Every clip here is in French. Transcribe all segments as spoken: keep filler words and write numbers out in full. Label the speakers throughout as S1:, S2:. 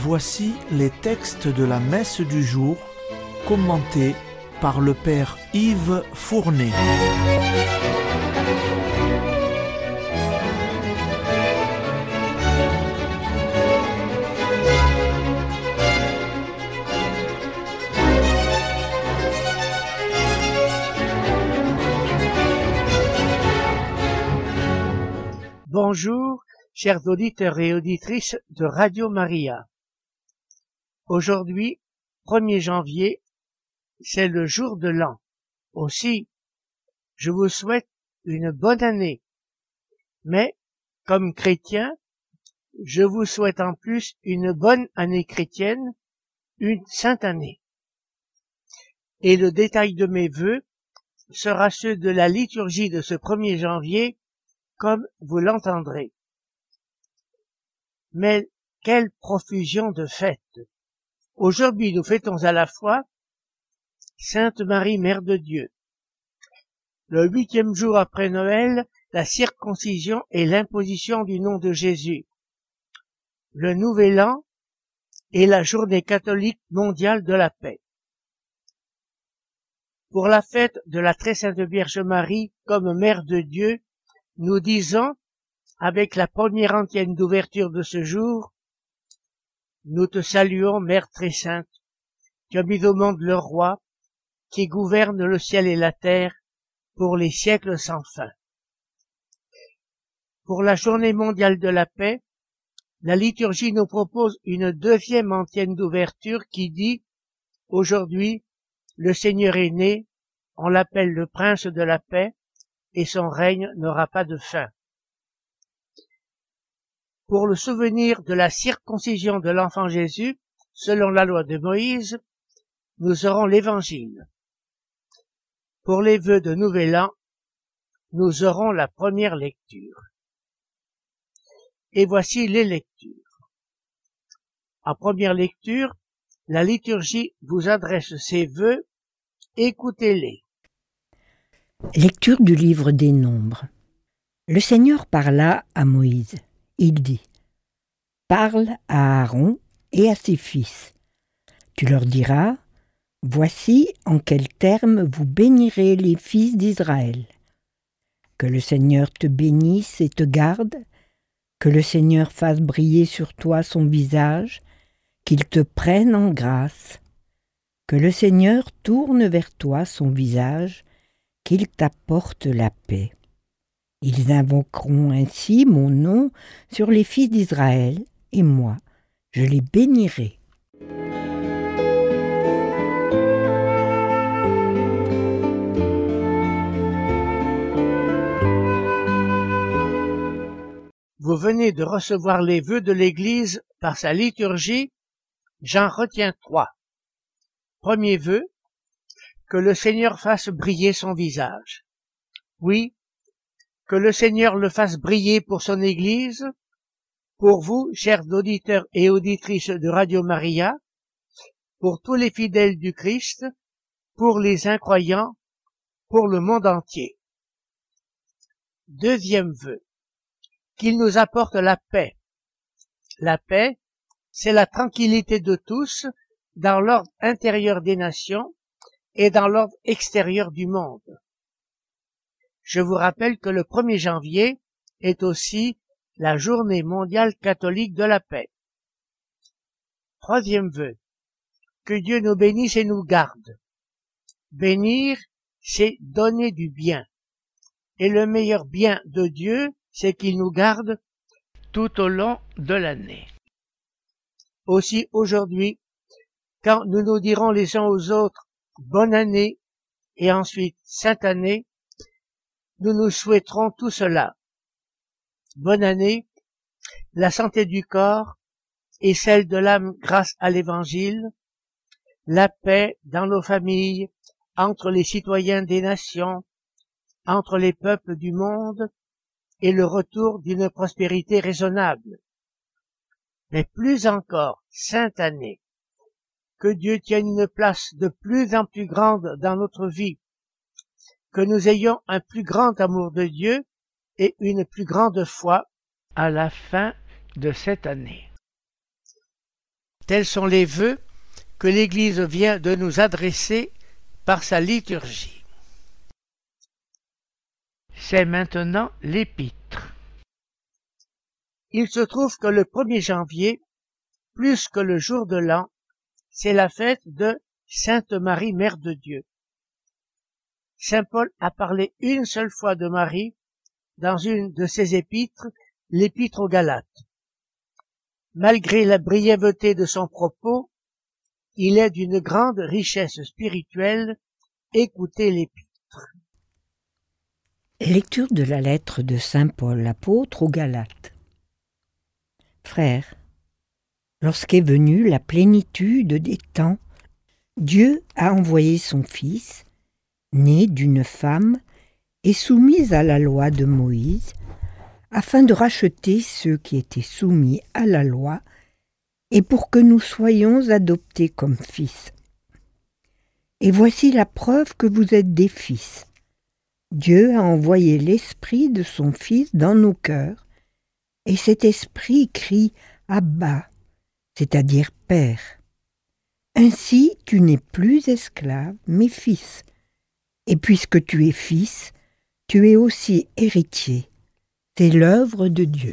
S1: Voici les textes de la messe du jour, commentés par le Père Yves Fournet.
S2: Bonjour, chers auditeurs et auditrices de Radio Maria. Aujourd'hui, premier janvier, c'est le jour de l'an. Aussi, je vous souhaite une bonne année. Mais, comme chrétien, je vous souhaite en plus une bonne année chrétienne, une sainte année. Et le détail de mes vœux sera ceux de la liturgie de ce premier janvier, comme vous l'entendrez. Mais quelle profusion de fêtes! Aujourd'hui, nous fêtons à la fois Sainte Marie, Mère de Dieu. Le huitième jour après Noël, la circoncision et l'imposition du nom de Jésus. Le Nouvel An et la Journée catholique mondiale de la paix. Pour la fête de la Très Sainte Vierge Marie comme Mère de Dieu, nous disons, avec la première antienne d'ouverture de ce jour, « Nous te saluons, Mère très sainte, tu as mis au monde le Roi, qui gouverne le ciel et la terre pour les siècles sans fin. » Pour la Journée mondiale de la paix, la liturgie nous propose une deuxième antienne d'ouverture qui dit « Aujourd'hui, le Seigneur est né, on l'appelle le Prince de la paix, et son règne n'aura pas de fin. » Pour le souvenir de la circoncision de l'enfant Jésus, selon la loi de Moïse, nous aurons l'Évangile. Pour les vœux de Nouvel An, nous aurons la première lecture. Et voici les lectures. En première lecture, la liturgie vous adresse ses vœux, écoutez-les.
S3: Lecture du livre des Nombres. Le Seigneur parla à Moïse. Il dit « Parle à Aaron et à ses fils. Tu leur diras « Voici en quels termes vous bénirez les fils d'Israël. Que le Seigneur te bénisse et te garde, que le Seigneur fasse briller sur toi son visage, qu'il te prenne en grâce, que le Seigneur tourne vers toi son visage, qu'il t'apporte la paix. Ils invoqueront ainsi mon nom sur les fils d'Israël, et moi, je les bénirai. »
S2: Vous venez de recevoir les vœux de l'Église par sa liturgie. J'en retiens trois. Premier vœu, que le Seigneur fasse briller son visage. Oui, que le Seigneur le fasse briller pour son Église, pour vous, chers auditeurs et auditrices de Radio Maria, pour tous les fidèles du Christ, pour les incroyants, pour le monde entier. Deuxième vœu, qu'il nous apporte la paix. La paix, c'est la tranquillité de tous dans l'ordre intérieur des nations et dans l'ordre extérieur du monde. Je vous rappelle que le premier janvier est aussi la Journée mondiale catholique de la paix. Troisième vœu, que Dieu nous bénisse et nous garde. Bénir, c'est donner du bien. Et le meilleur bien de Dieu, c'est qu'il nous garde tout au long de l'année. Aussi aujourd'hui, quand nous nous dirons les uns aux autres « bonne année » et ensuite « sainte année », nous nous souhaiterons tout cela. Bonne année, la santé du corps et celle de l'âme grâce à l'Évangile, la paix dans nos familles, entre les citoyens des nations, entre les peuples du monde, et le retour d'une prospérité raisonnable. Mais plus encore, sainte année, que Dieu tienne une place de plus en plus grande dans notre vie, que nous ayons un plus grand amour de Dieu et une plus grande foi à la fin de cette année. Tels sont les vœux que l'Église vient de nous adresser par sa liturgie. C'est maintenant l'épître. Il se trouve que le premier janvier, plus que le jour de l'an, c'est la fête de Sainte Marie, Mère de Dieu. Saint Paul a parlé une seule fois de Marie dans une de ses épîtres, l'épître aux Galates. Malgré la brièveté de son propos, il est d'une grande richesse spirituelle. Écoutez l'épître.
S3: Lecture de la lettre de Saint Paul, l'apôtre aux Galates. Frères, lorsqu'est venue la plénitude des temps, Dieu a envoyé son Fils, né d'une femme et soumis à la loi de Moïse, afin de racheter ceux qui étaient soumis à la loi, et pour que nous soyons adoptés comme fils. Et voici la preuve que vous êtes des fils. Dieu a envoyé l'Esprit de son Fils dans nos cœurs, et cet Esprit crie « Abba », c'est-à-dire « Père ». Ainsi tu n'es plus esclave, mais fils. Et puisque tu es fils, tu es aussi héritier. C'est l'œuvre de Dieu.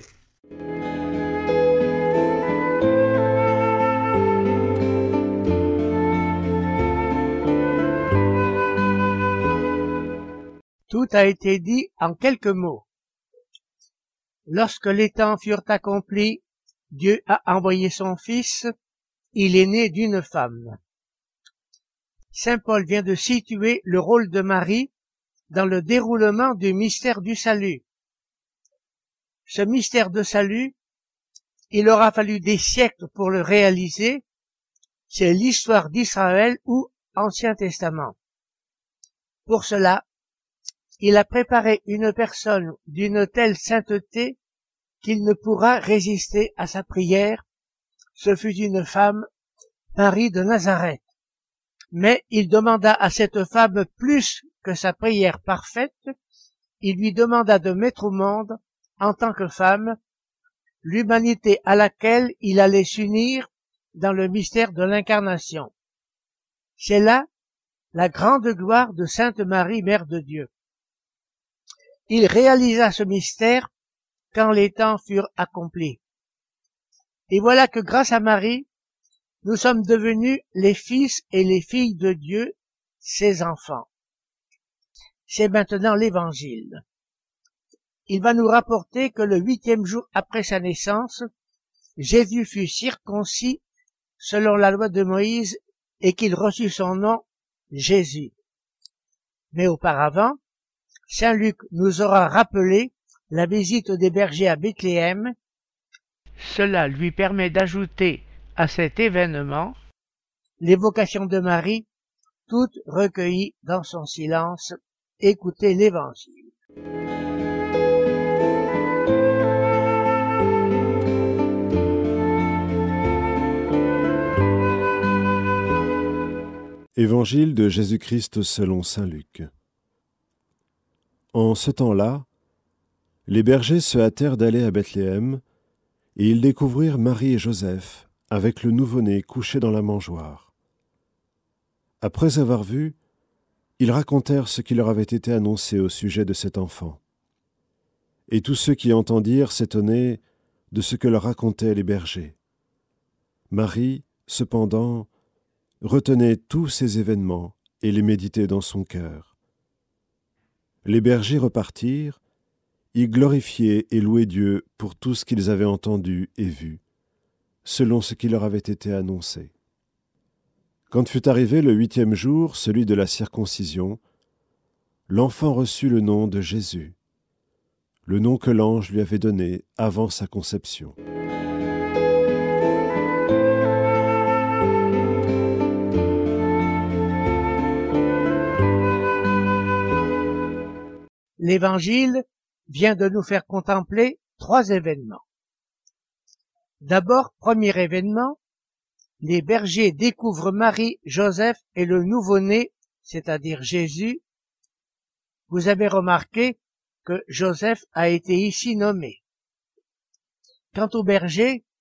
S2: Tout a été dit en quelques mots. Lorsque les temps furent accomplis, Dieu a envoyé son Fils, il est né d'une femme. Saint Paul vient de situer le rôle de Marie dans le déroulement du mystère du salut. Ce mystère de salut, il aura fallu des siècles pour le réaliser. C'est l'histoire d'Israël ou Ancien Testament. Pour cela, il a préparé une personne d'une telle sainteté qu'il ne pourra résister à sa prière. Ce fut une femme, Marie de Nazareth. Mais il demanda à cette femme plus que sa prière parfaite. Il lui demanda de mettre au monde, en tant que femme, l'humanité à laquelle il allait s'unir dans le mystère de l'incarnation. C'est là la grande gloire de Sainte Marie, Mère de Dieu. Il réalisa ce mystère quand les temps furent accomplis. Et voilà que grâce à Marie, nous sommes devenus les fils et les filles de Dieu, ses enfants. C'est maintenant l'Évangile. Il va nous rapporter que le huitième jour après sa naissance, Jésus fut circoncis selon la loi de Moïse et qu'il reçut son nom, Jésus. Mais auparavant, Saint Luc nous aura rappelé la visite des bergers à Bethléem. Cela lui permet d'ajouter à cet événement l'évocation de Marie, toute recueillie dans son silence. Écoutez l'Évangile.
S4: Évangile de Jésus-Christ selon saint Luc. En ce temps-là, les bergers se hâtèrent d'aller à Bethléem, et ils découvrirent Marie et Joseph avec le nouveau-né couché dans la mangeoire. Après avoir vu, ils racontèrent ce qui leur avait été annoncé au sujet de cet enfant. Et tous ceux qui entendirent s'étonnaient de ce que leur racontaient les bergers. Marie, cependant, retenait tous ces événements et les méditait dans son cœur. Les bergers repartirent, ils glorifiaient et louaient Dieu pour tout ce qu'ils avaient entendu et vu, selon ce qui leur avait été annoncé. Quand fut arrivé le huitième jour, celui de la circoncision, l'enfant reçut le nom de Jésus, le nom que l'ange lui avait donné avant sa conception.
S2: L'Évangile vient de nous faire contempler trois événements. D'abord, premier événement, les bergers découvrent Marie, Joseph et le nouveau-né, c'est-à-dire Jésus. Vous avez remarqué que Joseph a été ici nommé. Quant aux bergers,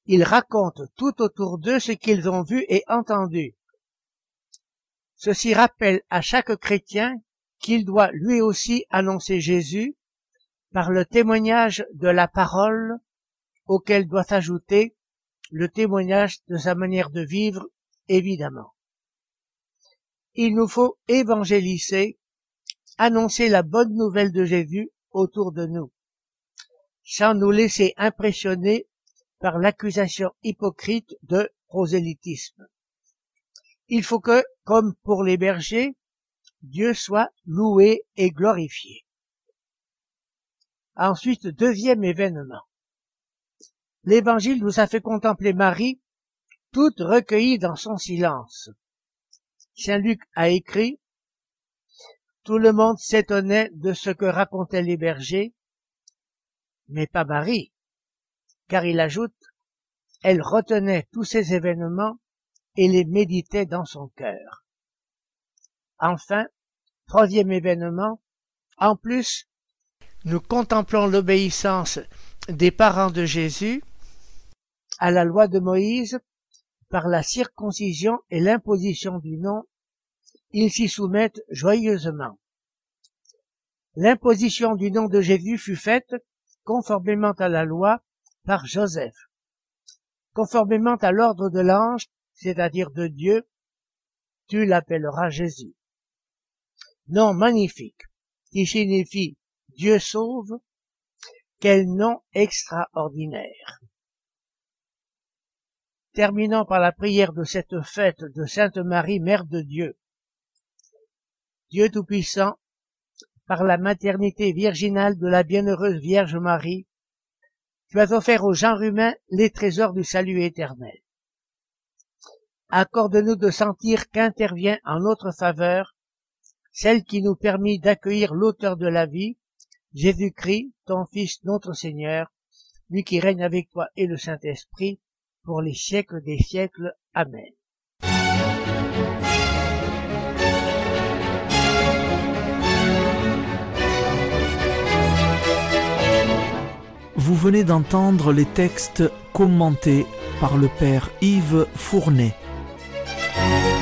S2: ils racontent tout autour d'eux ce qu'ils ont vu et entendu. Ceci rappelle à chaque chrétien qu'il doit lui aussi annoncer Jésus par le témoignage de la parole auquel doit s'ajouter le témoignage de sa manière de vivre, évidemment. Il nous faut évangéliser, annoncer la bonne nouvelle de Jésus autour de nous, sans nous laisser impressionner par l'accusation hypocrite de prosélytisme. Il faut que, comme pour les bergers, Dieu soit loué et glorifié. Ensuite, deuxième événement. L'Évangile nous a fait contempler Marie, toute recueillie dans son silence. Saint Luc a écrit « Tout le monde s'étonnait de ce que racontaient les bergers, mais pas Marie, car il ajoute « Elle retenait tous ces événements et les méditait dans son cœur. » Enfin, troisième événement, en plus, nous contemplons l'obéissance des parents de Jésus à la loi de Moïse par la circoncision et l'imposition du nom. Ils s'y soumettent joyeusement. L'imposition du nom de Jésus fut faite conformément à la loi par Joseph, conformément à l'ordre de l'ange, c'est-à-dire de Dieu, tu l'appelleras Jésus. Nom magnifique, qui signifie Dieu sauve, quel nom extraordinaire. Terminons par la prière de cette fête de Sainte Marie, Mère de Dieu. Dieu Tout-Puissant, par la maternité virginale de la bienheureuse Vierge Marie, tu as offert au genre humain les trésors du salut éternel. Accorde-nous de sentir qu'intervient en notre faveur celle qui nous permit d'accueillir l'auteur de la vie, Jésus-Christ, ton Fils, notre Seigneur, lui qui règne avec toi et le Saint-Esprit, pour les siècles des siècles. Amen.
S1: Vous venez d'entendre les textes commentés par le Père Yves Fournet.